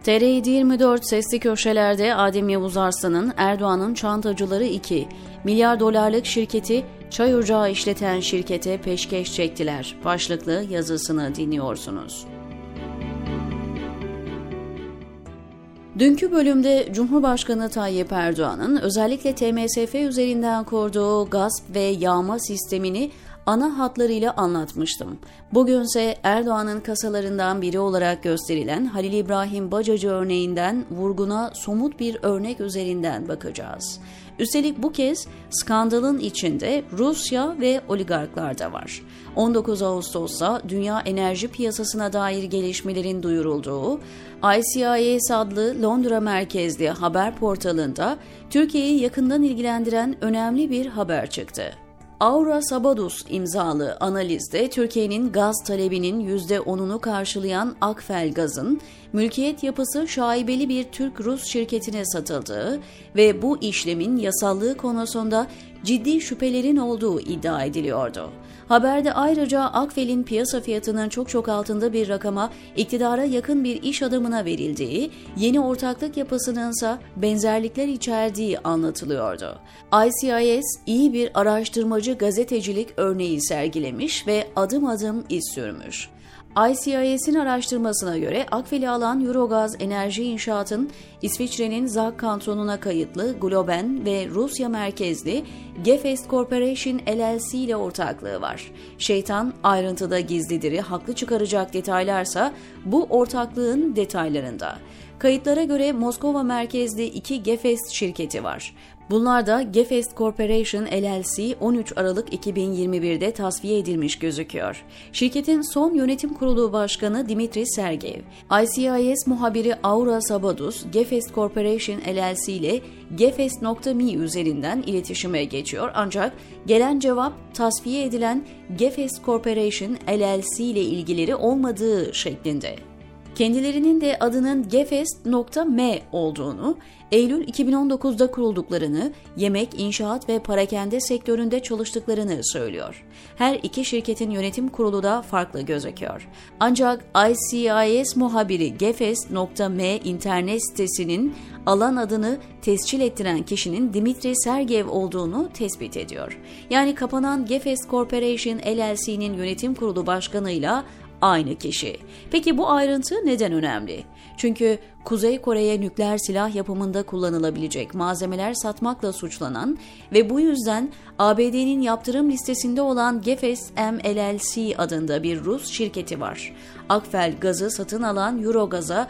TR724 Sesli Köşeler'de Adem Yavuz Arslan'ın Erdoğan'ın Çantacıları 2, milyar dolarlık şirketi çay ocağı işleten şirkete peşkeş çektiler başlıklı yazısını dinliyorsunuz. Dünkü bölümde Cumhurbaşkanı Tayyip Erdoğan'ın özellikle TMSF üzerinden kurduğu gasp ve yağma sistemini ana hatlarıyla anlatmıştım. Bugünse Erdoğan'ın kasalarından biri olarak gösterilen Halil İbrahim Bacacı örneğinden vurguna somut bir örnek üzerinden bakacağız. Üstelik bu kez skandalın içinde Rusya ve oligarklar da var. 19 Ağustos'ta dünya enerji piyasasına dair gelişmelerin duyurulduğu ICIS adlı Londra merkezli haber portalında Türkiye'yi yakından ilgilendiren önemli bir haber çıktı. Aura Sabadus imzalı analizde Türkiye'nin gaz talebinin %10'unu karşılayan Akfel Gaz'ın mülkiyet yapısı şaibeli bir Türk-Rus şirketine satıldığı ve bu işlemin yasallığı konusunda ciddi şüphelerin olduğu iddia ediliyordu. Haberde ayrıca Akfel'in piyasa fiyatının çok altında bir rakama iktidara yakın bir iş adamına verildiği, yeni ortaklık yapısınınsa benzerlikler içerdiği anlatılıyordu. ICIS iyi bir araştırmacı gazetecilik örneği sergilemiş ve adım adım iz sürmüş. ICIS'in araştırmasına göre Akfel'i alan Eurogaz Enerji İnşaat'ın İsviçre'nin Zag kantonuna kayıtlı Globen ve Rusya merkezli Gefest Corporation LLC ile ortaklığı var. Şeytan ayrıntıda gizlidir'i haklı çıkaracak detaylarsa bu ortaklığın detaylarında. Kayıtlara göre Moskova merkezli 2 Gefest şirketi var. Bunlar da Gefest Corporation LLC 13 Aralık 2021'de tasfiye edilmiş gözüküyor. Şirketin son yönetim kurulu başkanı Dimitri Sergeyev, ICIS muhabiri Aura Sabadus, Gefest Corporation LLC ile Gefest.me üzerinden iletişime geçiyor ancak gelen cevap tasfiye edilen Gefest Corporation LLC ile ilgileri olmadığı şeklinde. Kendilerinin de adının Gefest.me olduğunu, Eylül 2019'da kurulduklarını, yemek, inşaat ve parakende sektöründe çalıştıklarını söylüyor. Her iki şirketin yönetim kurulu da farklı gözüküyor. Ancak ICIS muhabiri Gefest.me internet sitesinin alan adını tescil ettiren kişinin Dimitri Sergeyev olduğunu tespit ediyor. Yani kapanan Gefest Corporation LLC'nin yönetim kurulu başkanıyla aynı kişi. Peki bu ayrıntı neden önemli? Çünkü Kuzey Kore'ye nükleer silah yapımında kullanılabilecek malzemeler satmakla suçlanan ve bu yüzden ABD'nin yaptırım listesinde olan Gefest LLC adında bir Rus şirketi var. Akfel Gaz'ı satın alan Eurogaz'a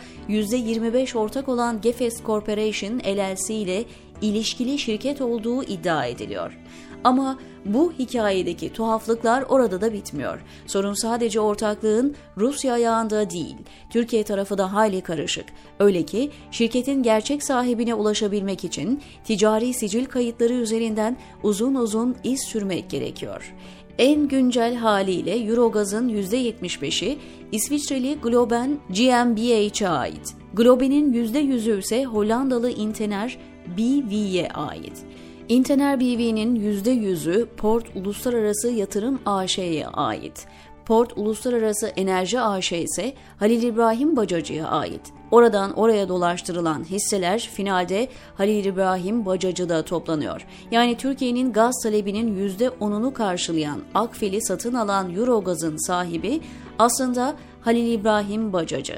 %25 ortak olan Gefest Corporation LLC ile ilişkili şirket olduğu iddia ediliyor. Ama bu hikayedeki tuhaflıklar orada da bitmiyor. Sorun sadece ortaklığın Rusya ayağında değil, Türkiye tarafı da hayli karışık. Öyle ki şirketin gerçek sahibine ulaşabilmek için ticari sicil kayıtları üzerinden uzun iz sürmek gerekiyor. En güncel haliyle Eurogaz'ın %75'i İsviçreli Globen GmbH'e ait. Globen'in %100'ü ise Hollandalı Intener BV'ye ait. Intener BV'nin %100'ü Port Uluslararası Yatırım AŞ'ye ait. Port Uluslararası Enerji AŞ ise Halil İbrahim Bacacı'ya ait. Oradan oraya dolaştırılan hisseler finalde Halil İbrahim Bacacı'da toplanıyor. Yani Türkiye'nin gaz talebinin %10'unu karşılayan Akfel'i satın alan Eurogaz'ın sahibi aslında Halil İbrahim Bacacı.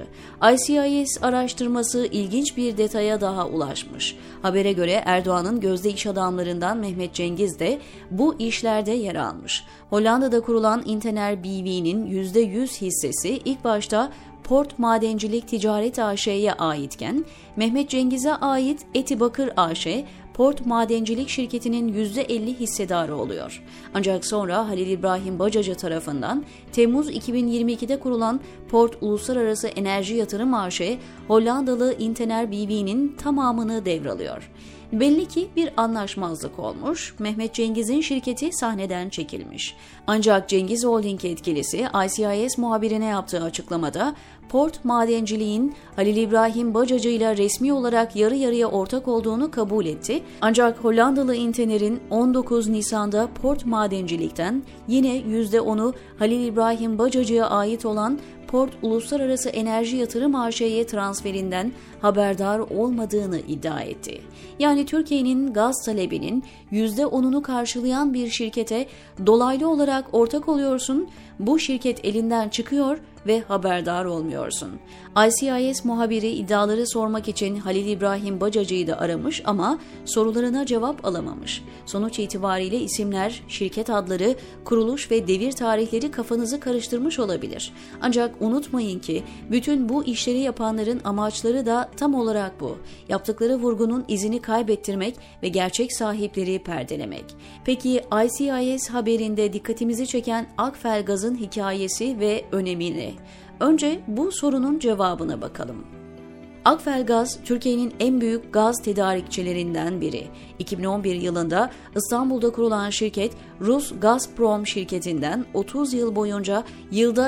ICIS araştırması ilginç bir detaya daha ulaşmış. Habere göre Erdoğan'ın gözde iş adamlarından Mehmet Cengiz de bu işlerde yer almış. Hollanda'da kurulan Intener BV'nin %100 hissesi ilk başta Port Madencilik Ticaret AŞ'ye aitken, Mehmet Cengiz'e ait Etibakır AŞ, Port Madencilik şirketinin %50 hissedarı oluyor. Ancak sonra Halil İbrahim Bacacı tarafından Temmuz 2022'de kurulan Port Uluslararası Enerji Yatırım AŞ, Hollandalı Intener BV'nin tamamını devralıyor. Belli ki bir anlaşmazlık olmuş, Mehmet Cengiz'in şirketi sahneden çekilmiş. Ancak Cengiz Holding yetkilisi ICIS muhabirine yaptığı açıklamada Port Madenciliğin Halil İbrahim Bacacı ile resmi olarak yarı yarıya ortak olduğunu kabul etti. Ancak Hollandalı Intener'in 19 Nisan'da Port Madencilik'ten yine %10'u Halil İbrahim Bacacı'ya ait olan Freeport Uluslararası Enerji Yatırım AŞ'ye transferinden haberdar olmadığını iddia etti. Yani Türkiye'nin gaz talebinin %10'unu karşılayan bir şirkete dolaylı olarak ortak oluyorsun, bu şirket elinden çıkıyor ve haberdar olmuyorsun. ICIS muhabiri iddiaları sormak için Halil İbrahim Bacacı'yı da aramış ama sorularına cevap alamamış. Sonuç itibariyle isimler, şirket adları, kuruluş ve devir tarihleri kafanızı karıştırmış olabilir. Ancak unutmayın ki bütün bu işleri yapanların amaçları da tam olarak bu. Yaptıkları vurgunun izini kaybettirmek ve gerçek sahipleri perdelemek. Peki ICIS haberinde dikkatimizi çeken Akfelgaz'ın hikayesi ve önemi ne? Önce bu sorunun cevabına bakalım. Akfelgaz, Türkiye'nin en büyük gaz tedarikçilerinden biri. 2011 yılında İstanbul'da kurulan şirket, Rus Gazprom şirketinden 30 yıl boyunca yılda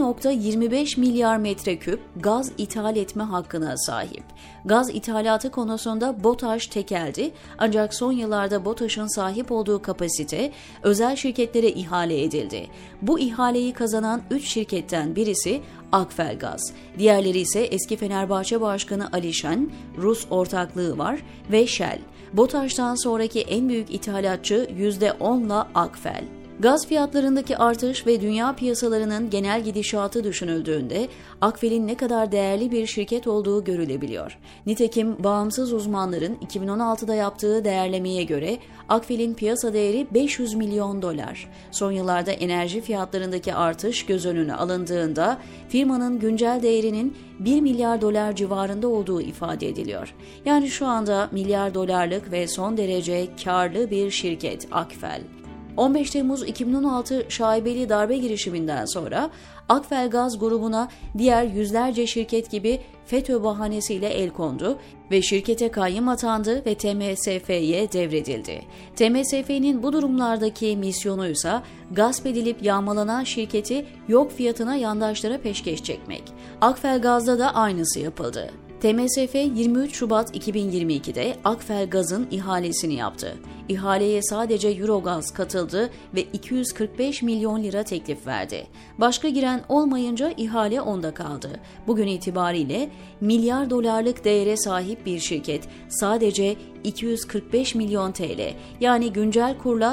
2,25 milyar metreküp gaz ithal etme hakkına sahip. Gaz ithalatı konusunda BOTAŞ tekeldi, ancak son yıllarda BOTAŞ'ın sahip olduğu kapasite özel şirketlere ihale edildi. Bu ihaleyi kazanan 3 şirketten birisi Akfelgaz. Diğerleri ise eski Fenerbahçe Başkanı Ali Şen, Rus ortaklığı var ve Shell. BOTAŞ'tan sonraki en büyük ithalatçı %10'la Akfel. Gaz fiyatlarındaki artış ve dünya piyasalarının genel gidişatı düşünüldüğünde Akfel'in ne kadar değerli bir şirket olduğu görülebiliyor. Nitekim bağımsız uzmanların 2016'da yaptığı değerlemeye göre Akfel'in piyasa değeri 500 milyon dolar. Son yıllarda enerji fiyatlarındaki artış göz önüne alındığında firmanın güncel değerinin 1 milyar dolar civarında olduğu ifade ediliyor. Yani şu anda milyar dolarlık ve son derece karlı bir şirket Akfel. 15 Temmuz 2016 şaibeli darbe girişiminden sonra Akfelgaz grubuna diğer yüzlerce şirket gibi FETÖ bahanesiyle el kondu ve şirkete kayyım atandı ve TMSF'ye devredildi. TMSF'nin bu durumlardaki misyonuysa gasp edilip yağmalanan şirketi yok fiyatına yandaşlara peşkeş çekmek. Akfelgaz'da da aynısı yapıldı. TMSF 23 Şubat 2022'de Akfelgaz'ın ihalesini yaptı. İhaleye sadece Eurogaz katıldı ve 245 milyon lira teklif verdi. Başka giren olmayınca ihale onda kaldı. Bugün itibariyle milyar dolarlık değere sahip bir şirket sadece 245 milyon TL, yani güncel kurla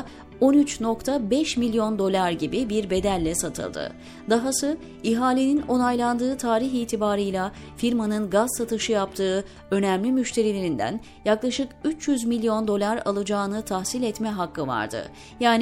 13,5 milyon dolar gibi bir bedelle satıldı. Dahası ihalenin onaylandığı tarih itibarıyla firmanın gaz satışı yaptığı önemli müşterilerinden yaklaşık 300 milyon dolar alacağını tahsil etme hakkı vardı. Yani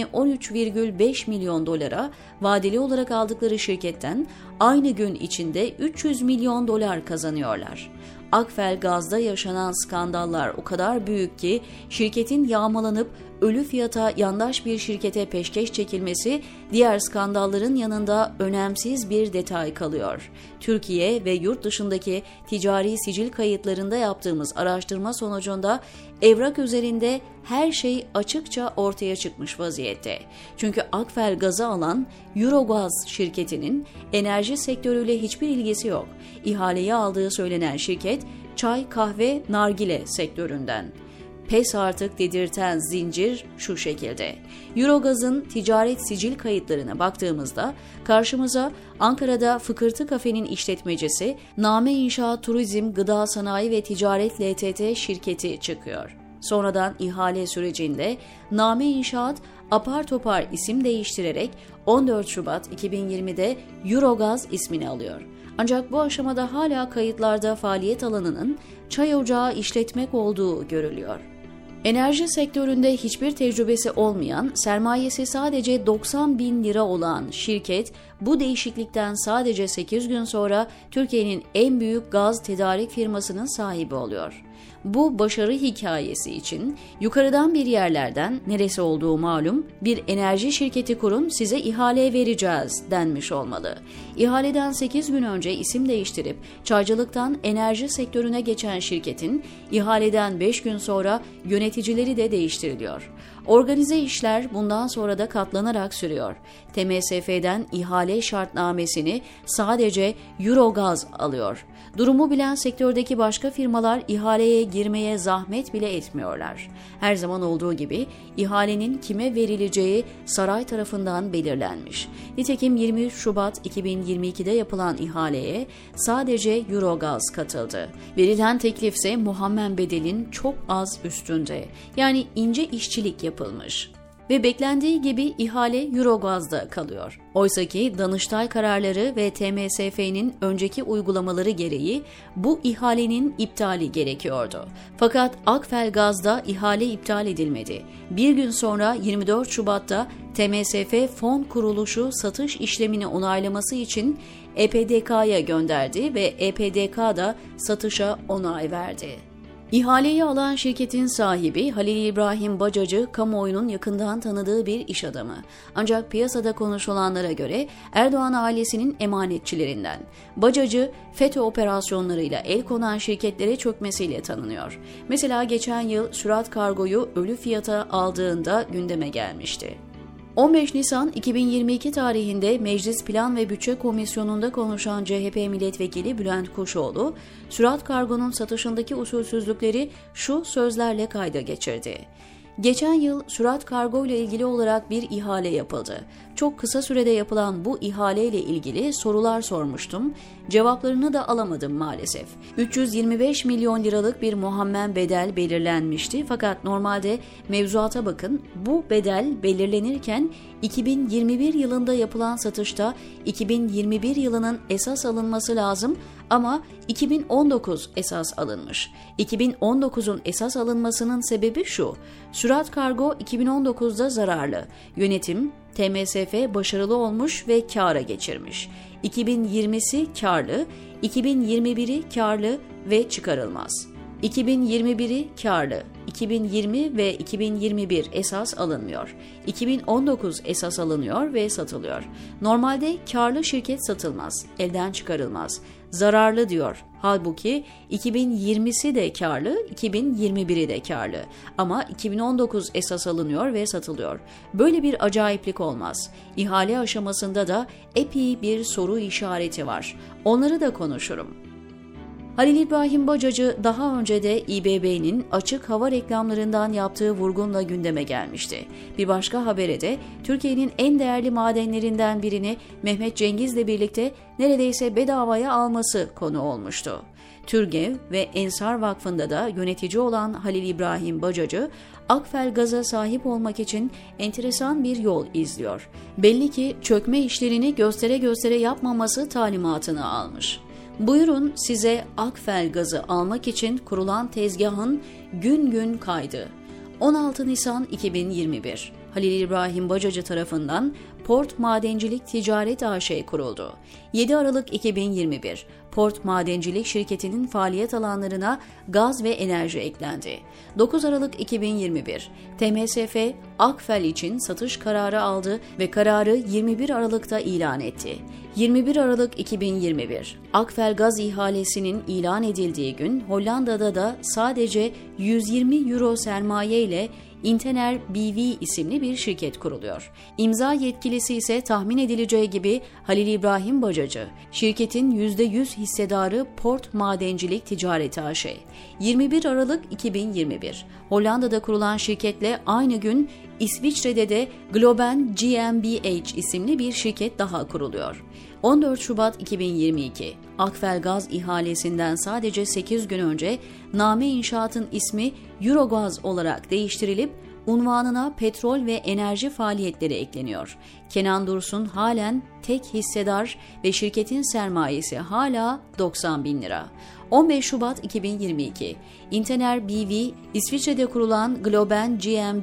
13,5 milyon dolara vadeli olarak aldıkları şirketten aynı gün içinde 300 milyon dolar kazanıyorlar. Akfelgaz'da yaşanan skandallar o kadar büyük ki şirketin yağmalanıp ölü fiyata yandaş bir şirkete peşkeş çekilmesi diğer skandalların yanında önemsiz bir detay kalıyor. Türkiye ve yurt dışındaki ticari sicil kayıtlarında yaptığımız araştırma sonucunda evrak üzerinde her şey açıkça ortaya çıkmış vaziyette. Çünkü Akfelgaz'ı alan Eurogaz şirketinin enerji sektörüyle hiçbir ilgisi yok. İhaleyi aldığı söylenen şirket çay, kahve, nargile sektöründen. Pes artık dedirten zincir şu şekilde. Eurogaz'ın ticaret sicil kayıtlarına baktığımızda karşımıza Ankara'da Fıkırtı Kafe'nin işletmecisi Name İnşaat Turizm Gıda Sanayi ve Ticaret LTT şirketi çıkıyor. Sonradan ihale sürecinde Name İnşaat apar topar isim değiştirerek 14 Şubat 2020'de Eurogaz ismini alıyor. Ancak bu aşamada hala kayıtlarda faaliyet alanının çay ocağı işletmek olduğu görülüyor. Enerji sektöründe hiçbir tecrübesi olmayan, sermayesi sadece 90 bin lira olan şirket bu değişiklikten sadece 8 gün sonra Türkiye'nin en büyük gaz tedarik firmasının sahibi oluyor. Bu başarı hikayesi için yukarıdan bir yerlerden, neresi olduğu malum, bir enerji şirketi kurun, size ihale vereceğiz denmiş olmalı. İhaleden 8 gün önce isim değiştirip çaycılıktan enerji sektörüne geçen şirketin ihaleden 5 gün sonra yöneticileri de değiştiriliyor. Organize işler bundan sonra da katlanarak sürüyor. TMSF'den ihale şartnamesini sadece Eurogaz alıyor. Durumu bilen sektördeki başka firmalar ihale ihaleye girmeye zahmet bile etmiyorlar. Her zaman olduğu gibi ihalenin kime verileceği saray tarafından belirlenmiş. Nitekim 23 Şubat 2022'de yapılan ihaleye sadece Eurogaz katıldı. Verilen teklifse muhammen bedelin çok az üstünde. Yani ince işçilik yapılmış. Ve beklendiği gibi ihale Eurogaz'da kalıyor. Oysaki Danıştay kararları ve TMSF'nin önceki uygulamaları gereği bu ihalenin iptali gerekiyordu. Fakat Akfelgaz'da ihale iptal edilmedi. Bir gün sonra 24 Şubat'ta TMSF fon kuruluşu satış işlemini onaylaması için EPDK'ya gönderdi ve EPDK da satışa onay verdi. İhaleyi alan şirketin sahibi Halil İbrahim Bacacı, kamuoyunun yakından tanıdığı bir iş adamı. Ancak piyasada konuşulanlara göre Erdoğan ailesinin emanetçilerinden. Bacacı, FETÖ operasyonlarıyla el konan şirketlere çökmesiyle tanınıyor. Mesela geçen yıl Sürat Kargo'yu ölü fiyata aldığında gündeme gelmişti. 15 Nisan 2022 tarihinde Meclis Plan ve Bütçe Komisyonu'nda konuşan CHP Milletvekili Bülent Kuşoğlu, Sürat Kargo'nun satışındaki usulsüzlükleri şu sözlerle kayda geçirdi. Geçen yıl Sürat Kargo ile ilgili olarak bir ihale yapıldı. Çok kısa sürede yapılan bu ihale ile ilgili sorular sormuştum. Cevaplarını da alamadım maalesef. 325 milyon liralık bir muhammen bedel belirlenmişti fakat normalde mevzuata bakın, bu bedel belirlenirken 2021 yılında yapılan satışta 2021 yılının esas alınması lazım ama 2019 esas alınmış. 2019'un esas alınmasının sebebi şu: Sürat Kargo 2019'da zararlı. Yönetim, TMSF başarılı olmuş ve kâra geçirmiş. 2020'si kârlı, 2021'i kârlı ve çıkarılmaz. 2021'i kârlı, 2020 ve 2021 esas alınmıyor. 2019 esas alınıyor ve satılıyor. Normalde kârlı şirket satılmaz, elden çıkarılmaz. Zararlı diyor. Halbuki 2020'si de kârlı, 2021'i de kârlı. Ama 2019 esas alınıyor ve satılıyor. Böyle bir acayiplik olmaz. İhale aşamasında da epey bir soru işareti var. Onları da konuşurum. Halil İbrahim Bacacı daha önce de İBB'nin açık hava reklamlarından yaptığı vurgunla gündeme gelmişti. Bir başka habere de Türkiye'nin en değerli madenlerinden birini Mehmet Cengiz'le birlikte neredeyse bedavaya alması konu olmuştu. Türgev ve Ensar Vakfı'nda da yönetici olan Halil İbrahim Bacacı, Akfelgaz'a sahip olmak için enteresan bir yol izliyor. Belli ki çökme işlerini göstere göstere yapmaması talimatını almış. Buyurun size Akfelgaz'ı almak için kurulan tezgahın gün gün kaydı. 16 Nisan 2021, Halil İbrahim Bacacı tarafından Port Madencilik Ticaret AŞ kuruldu. 7 Aralık 2021, Port Madencilik şirketinin faaliyet alanlarına gaz ve enerji eklendi. 9 Aralık 2021, TMSF Akfel için satış kararı aldı ve kararı 21 Aralık'ta ilan etti. 21 Aralık 2021, Akfel gaz ihalesinin ilan edildiği gün Hollanda'da da sadece 120 euro sermaye ile Intener BV isimli bir şirket kuruluyor. İmza yetkilisi ise tahmin edileceği gibi Halil İbrahim Bacacı. Şirketin %100 hissedarı Port Madencilik Ticaret AŞ. 21 Aralık 2021, Hollanda'da kurulan şirketle aynı gün İsviçre'de de Globen GmbH isimli bir şirket daha kuruluyor. 14 Şubat 2022, Akfel Gaz ihalesinden sadece 8 gün önce Name İnşaat'ın ismi Eurogaz olarak değiştirilip unvanına petrol ve enerji faaliyetleri ekleniyor. Kenan Dursun halen tek hissedar ve şirketin sermayesi hala 90 bin lira. 15 Şubat 2022, Intener BV, İsviçre'de kurulan Globen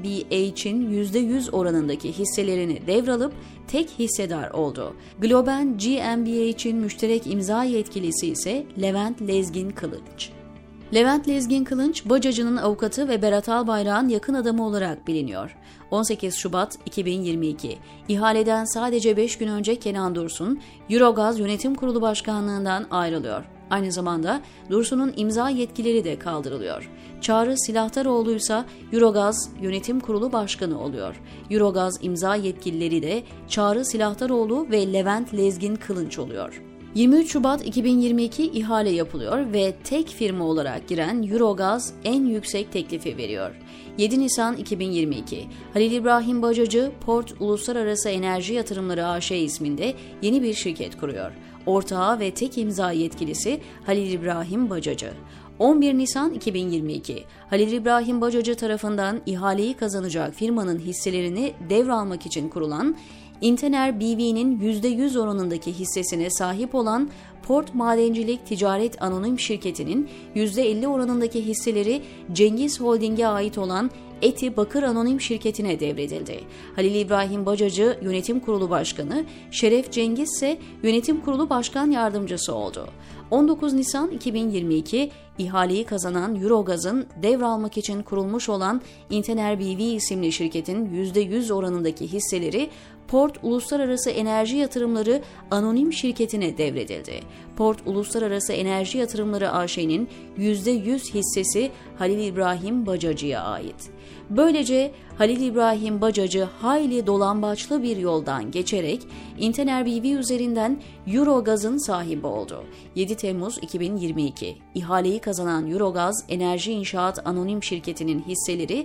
GmbH'in %100 oranındaki hisselerini devralıp tek hissedar oldu. Globen GmbH'in müşterek imza yetkilisi ise Levent Lezgin Kılınç. Levent Lezgin Kılınç, Bacacı'nın avukatı ve Berat Albayrak'ın yakın adamı olarak biliniyor. 18 Şubat 2022, ihaleden sadece 5 gün önce Kenan Dursun, Eurogaz Yönetim Kurulu Başkanlığından ayrılıyor. Aynı zamanda Dursun'un imza yetkileri de kaldırılıyor. Çağrı Silahdaroğlu ise Eurogaz Yönetim Kurulu Başkanı oluyor. Eurogaz imza yetkilileri de Çağrı Silahdaroğlu ve Levent Lezgin Kılınç oluyor. 23 Şubat 2022 ihale yapılıyor ve tek firma olarak giren Eurogaz en yüksek teklifi veriyor. 7 Nisan 2022, Halil İbrahim Bacacı, Port Uluslararası Enerji Yatırımları AŞ isminde yeni bir şirket kuruyor. Ortağı ve tek imza yetkilisi Halil İbrahim Bacacı. 11 Nisan 2022, Halil İbrahim Bacacı tarafından ihaleyi kazanacak firmanın hisselerini devralmak için kurulan Intener BV'nin %100 oranındaki hissesine sahip olan Port Madencilik Ticaret Anonim Şirketi'nin %50 oranındaki hisseleri Cengiz Holding'e ait olan Eti Bakır Anonim Şirketi'ne devredildi. Halil İbrahim Bacacı Yönetim Kurulu Başkanı, Şeref Cengiz ise Yönetim Kurulu Başkan Yardımcısı oldu. 19 Nisan 2022, ihaleyi kazanan Eurogaz'ın devralmak için kurulmuş olan Intener BV isimli şirketin %100 oranındaki hisseleri Port Uluslararası Enerji Yatırımları Anonim Şirketi'ne devredildi. Port Uluslararası Enerji Yatırımları AŞ'nin %100 hissesi Halil İbrahim Bacacı'ya ait. Böylece Halil İbrahim Bacacı hayli dolambaçlı bir yoldan geçerek Intener BV üzerinden Eurogaz'ın sahibi oldu. 7 Temmuz 2022, ihaleyi kazanan Eurogaz Enerji İnşaat Anonim Şirketi'nin hisseleri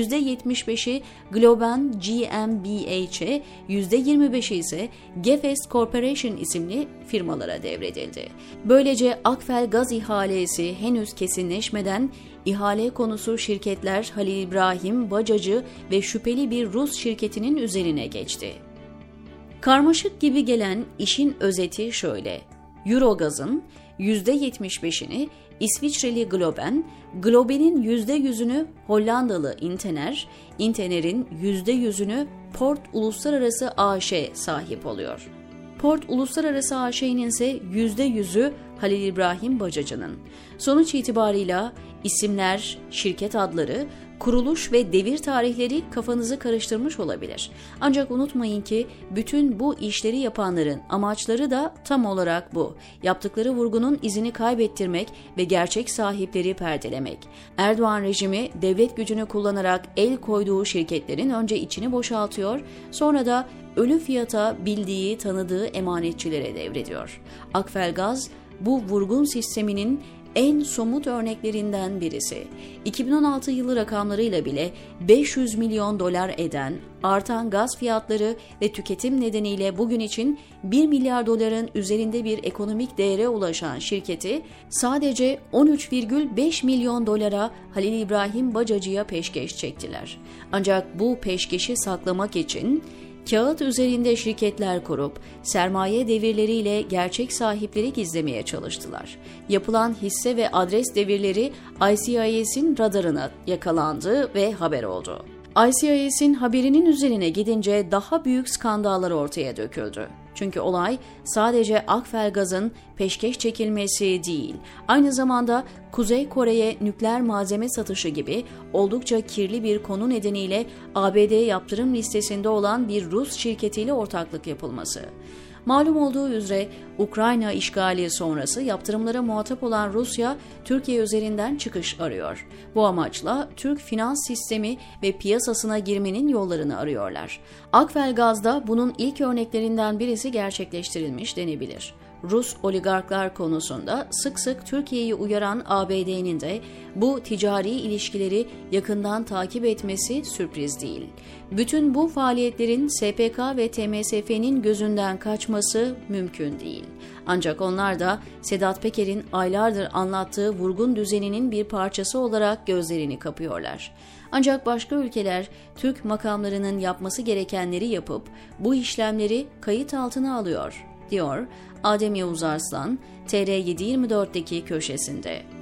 %75'i Globen GmbH'e, %25'i ise Gefes Corporation isimli firmalara devredildi. Böylece Akfel Gaz ihalesi henüz kesinleşmeden ihale konusu şirketler Halil İbrahim Bacacı ve şüpheli bir Rus şirketinin üzerine geçti. Karmaşık gibi gelen işin özeti şöyle: Eurogaz'ın %75'ini İsviçreli Globen, Globen'in %100'ünü Hollandalı Intener, Intener'in %100'ünü Port Uluslararası AŞ sahip oluyor. Port Uluslararası AŞ'nin ise %100'ü Halil İbrahim Bacacı'nın. Sonuç itibarıyla isimler, şirket adları, kuruluş ve devir tarihleri kafanızı karıştırmış olabilir. Ancak unutmayın ki bütün bu işleri yapanların amaçları da tam olarak bu. Yaptıkları vurgunun izini kaybettirmek ve gerçek sahipleri perdelemek. Erdoğan rejimi devlet gücünü kullanarak el koyduğu şirketlerin önce içini boşaltıyor, sonra da ölü fiyata bildiği, tanıdığı emanetçilere devrediyor. Akfel Gaz bu vurgun sisteminin en somut örneklerinden birisi. 2016 yılı rakamlarıyla bile 500 milyon dolar eden artan gaz fiyatları ve tüketim nedeniyle bugün için 1 milyar doların üzerinde bir ekonomik değere ulaşan şirketi sadece 13,5 milyon dolara Halil İbrahim Bacacı'ya peşkeş çektiler. Ancak bu peşkeşi saklamak için kağıt üzerinde şirketler kurup sermaye devirleriyle gerçek sahipleri gizlemeye çalıştılar. Yapılan hisse ve adres devirleri ICIS'in radarına yakalandı ve haber oldu. ICIS'in haberinin üzerine gidince daha büyük skandallar ortaya döküldü. Çünkü olay sadece Akfel Gaz'ın peşkeş çekilmesi değil, aynı zamanda Kuzey Kore'ye nükleer malzeme satışı gibi oldukça kirli bir konu nedeniyle ABD yaptırım listesinde olan bir Rus şirketiyle ortaklık yapılması. Malum olduğu üzere Ukrayna işgali sonrası yaptırımlara muhatap olan Rusya, Türkiye üzerinden çıkış arıyor. Bu amaçla Türk finans sistemi ve piyasasına girmenin yollarını arıyorlar. Akfel Gaz'da bunun ilk örneklerinden birisi gerçekleştirilmiş denebilir. Rus oligarklar konusunda sık sık Türkiye'yi uyaran ABD'nin de bu ticari ilişkileri yakından takip etmesi sürpriz değil. Bütün bu faaliyetlerin SPK ve TMSF'nin gözünden kaçması mümkün değil. Ancak onlar da Sedat Peker'in aylardır anlattığı vurgun düzeninin bir parçası olarak gözlerini kapıyorlar. Ancak başka ülkeler Türk makamlarının yapması gerekenleri yapıp bu işlemleri kayıt altına alıyor, diyor Adem Yavuz Arslan, TR724'deki köşesinde.